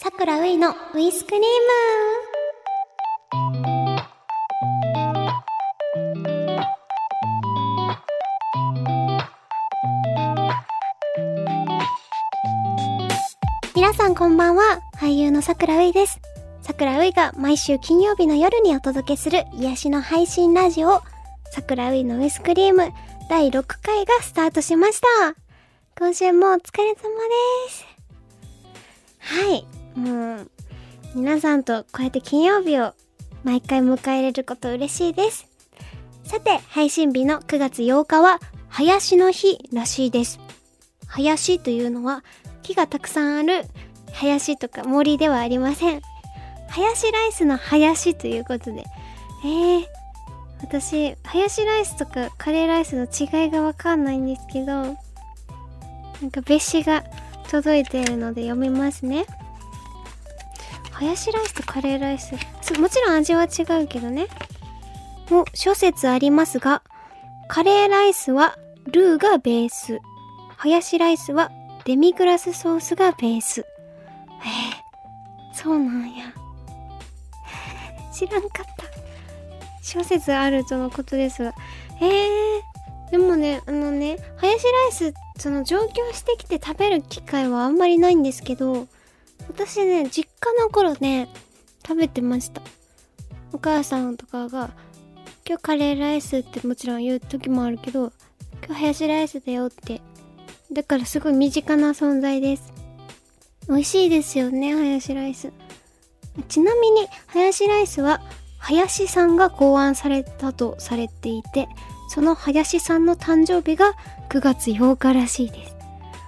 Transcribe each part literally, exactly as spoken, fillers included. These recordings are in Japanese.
さくらういのウイスクリーム。皆さんこんばんは、俳優のさくらういです。さくらういが毎週金曜日の夜にお届けする癒しの配信ラジオ、さくらういのウイスクリームだいろっかいがスタートしました。今週もお疲れ様です。はい、もう皆さんとこうやって金曜日を毎回迎え入れること嬉しいです。さて、配信日のくがつようかは林の日らしいです。林というのは木がたくさんある林とか森ではありません。ハヤシライスの林ということで、えー、私ハヤシライスとかカレーライスの違いがわかんないんですけど、なんか別紙が届いているので読みますね。ハヤシライスとカレーライス、もちろん味は違うけどね。も諸説ありますが、カレーライスはルーがベース、ハヤシライスはデミグラスソースがベース。えー、そうなんや。知らんかった。諸説あるとのことですが、えー、でもね、あのね、ハヤシライス、その上京してきて食べる機会はあんまりないんですけど、私ね、実家の頃ね、食べてました。お母さんとかが、今日カレーライスってもちろん言う時もあるけど、今日ハヤシライスだよって。だからすごい身近な存在です。美味しいですよね、ハヤシライス。ちなみに、ハヤシライスは、林さんが考案されたとされていて、その林さんの誕生日がくがつようからしいです。へ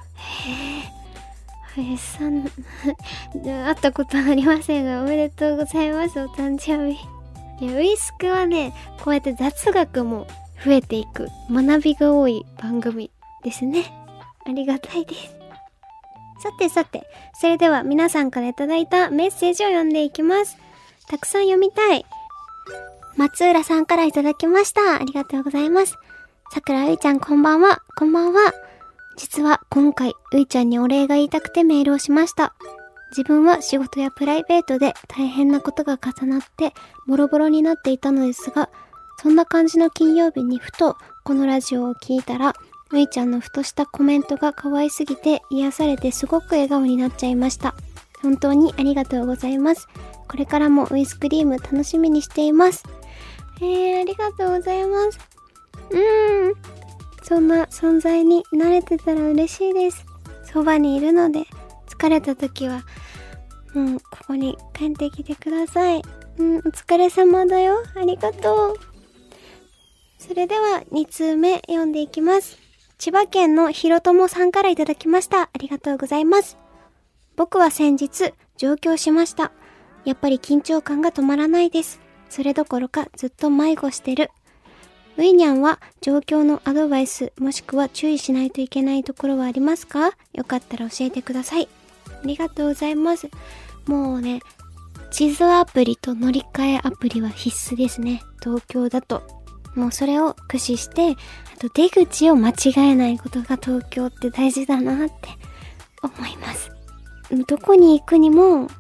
え、林さん、会ったことありませんが、おめでとうございます、お誕生日。いや、ウイスクはね、こうやって雑学も増えていく、学びが多い番組ですね。ありがたいです。さてさて、それでは皆さんからいただいたメッセージを読んでいきます。たくさん読みたい。松浦さんからいただきました。ありがとうございます。さくらういちゃんこんばんは。こんばんは。実は今回ういちゃんにお礼が言いたくてメールをしました。自分は仕事やプライベートで大変なことが重なってボロボロになっていたのですが、そんな感じの金曜日にふとこのラジオを聞いたら、ういちゃんのふとしたコメントが可愛すぎて癒されてすごく笑顔になっちゃいました。本当にありがとうございます。これからもウイスクリーム楽しみにしています。えー、ありがとうございます。うーん。そんな存在に慣れてたら嬉しいです。そばにいるので、疲れた時は、もうここに帰ってきてください。うん、お疲れ様だよ。ありがとう。それではにつうめ読んでいきます。千葉県のひろともさんからいただきました。ありがとうございます。僕は先日上京しました。やっぱり緊張感が止まらないです。それどころかずっと迷子してる。ウイニャンは上京のアドバイスもしくは注意しないといけないところはありますか？よかったら教えてください。ありがとうございます。もうね、地図アプリと乗り換えアプリは必須ですね。東京だと。もうそれを駆使して、あと出口を間違えないことが東京って大事だなって思います。どこに行くにも、もう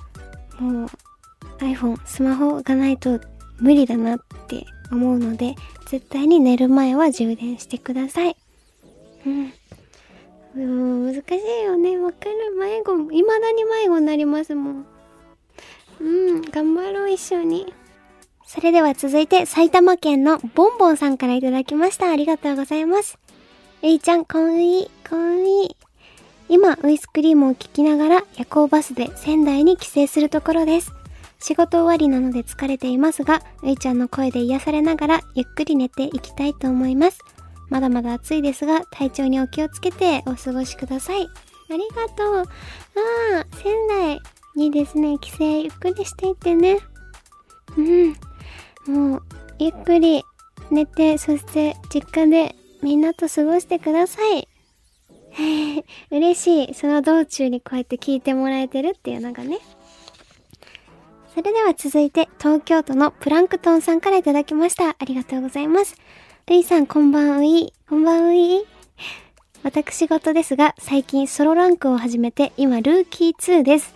iPhone、スマホがないと無理だなって思うので、絶対に寝る前は充電してください。うん。でも難しいよね。わかる。迷子、未だに迷子になりますもん。うん、頑張ろう一緒に。それでは続いて埼玉県のボンボンさんからいただきました。ありがとうございます。えいちゃん、こんい、こんい。今、ウイスクリームを聞きながら夜行バスで仙台に帰省するところです。仕事終わりなので疲れていますが、ういちゃんの声で癒されながらゆっくり寝ていきたいと思います。まだまだ暑いですが、体調にお気をつけてお過ごしください。ありがとう。ああ、仙台にですね、帰省ゆっくりしていってね。うん。もう、ゆっくり寝て、そして実家でみんなと過ごしてください。嬉しい。その道中にこうやって聞いてもらえてるっていうのがね。それでは続いて東京都のプランクトンさんからいただきました。ありがとうございます。ういさんこんばんうい。こんばんうい。私事ですが、最近ソロランクを始めて今ルーキーツーです。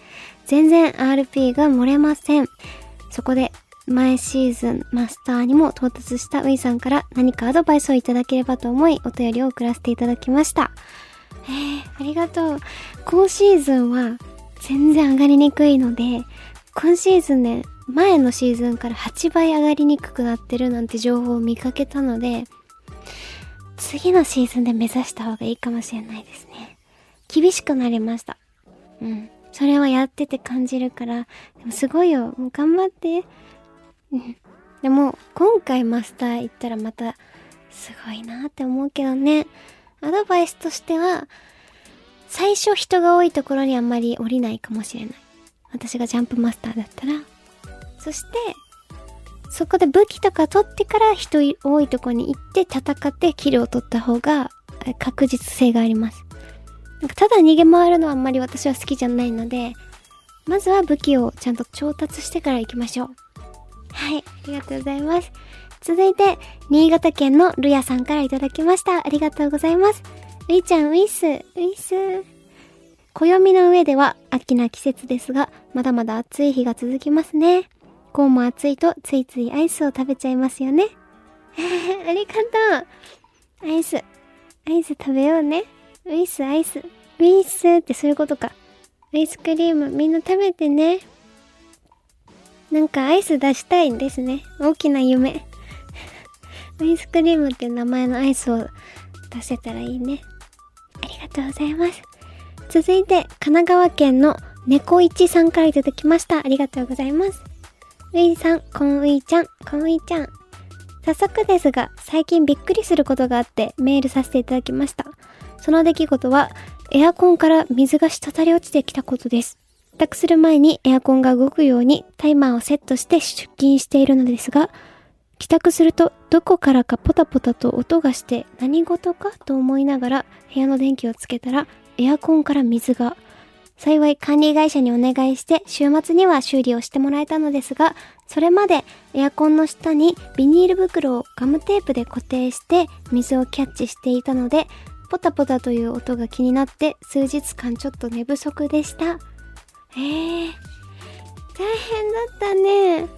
全然 アールピー が漏れません。そこで前シーズンマスターにも到達したウイさんから何かアドバイスをいただければと思いお便りを送らせていただきました。えー、ありがとう。今シーズンは全然上がりにくいので、今シーズンね、前のシーズンからはちばい上がりにくくなってるなんて情報を見かけたので、次のシーズンで目指した方がいいかもしれないですね。厳しくなりました。うん。それはやってて感じるから、でもすごいよ。もう頑張って。うん。でも、今回マスター行ったらまた、すごいなって思うけどね。アドバイスとしては、最初人が多いところにあんまり降りないかもしれない。私がジャンプマスターだったら。そして、そこで武器とか取ってから人多いところに行って戦ってキルを取った方が確実性があります。なんかただ逃げ回るのはあんまり私は好きじゃないので、まずは武器をちゃんと調達してから行きましょう。はい、ありがとうございます。続いて、新潟県のルヤさんからいただきました。ありがとうございます。ういちゃん、ウィス、ウィス。暦の上では秋な季節ですが、まだまだ暑い日が続きますね。こうも暑いとついついアイスを食べちゃいますよね。ありがとう。アイス。アイス食べようね。ウィス、アイス。ウィスってそういうことか。アイスクリームみんな食べてね。なんかアイス出したいんですね。大きな夢。アイスクリームっていう名前のアイスを出せたらいいね。ありがとうございます。続いて、神奈川県の猫一さんからいただきました。ありがとうございます。ういさん、こんういちゃん、こんういちゃん。早速ですが、最近びっくりすることがあってメールさせていただきました。その出来事は、エアコンから水が滴り落ちてきたことです。帰宅する前にエアコンが動くようにタイマーをセットして出勤しているのですが、帰宅するとどこからかポタポタと音がして何事かと思いながら部屋の電気をつけたらエアコンから水が。幸い管理会社にお願いして週末には修理をしてもらえたのですが、それまでエアコンの下にビニール袋をガムテープで固定して水をキャッチしていたので、ポタポタという音が気になって数日間ちょっと寝不足でした。えー、大変だったね。えー、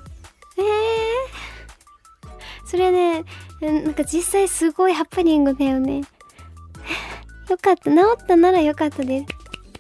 それね、なんか実際すごいハプニングだよね。よかった、治ったならよかったです。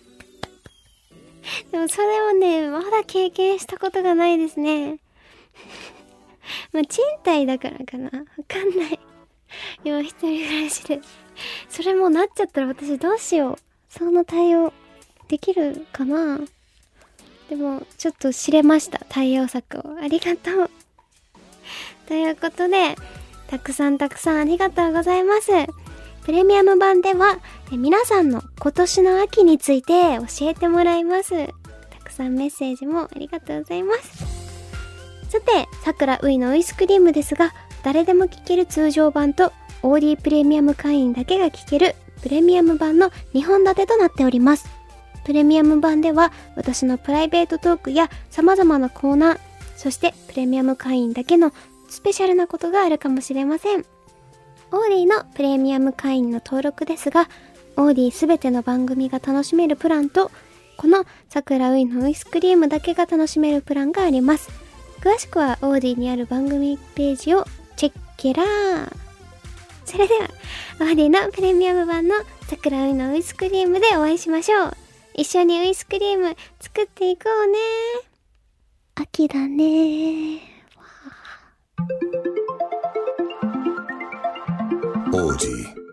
でもそれをね、まだ経験したことがないですね。まあ、賃貸だからかな。わかんない。今一人暮らしで。それもうなっちゃったら私どうしよう。その対応できるかな。でも、ちょっと知れました。対応策を。ありがとう。ということで、たくさんたくさんありがとうございます。プレミアム版では皆さんの今年の秋について教えてもらいます。たくさんメッセージもありがとうございます。さて、さくらういのウイスクリームですが、誰でも聴ける通常版と オーディー プレミアム会員だけが聴けるプレミアム版のにほん立てとなっております。プレミアム版では私のプライベートトークや様々なコーナー、そしてプレミアム会員だけのスペシャルなことがあるかもしれません。オーディのプレミアム会員の登録ですが、オーディすべての番組が楽しめるプランと、この桜ウイのウイスクリームだけが楽しめるプランがあります。詳しくはオーディにある番組ページをチェッケラー。それでは、オーディのプレミアム版の桜ウイのウイスクリームでお会いしましょう。一緒にウイスクリーム作っていこうね。秋だね。オーディ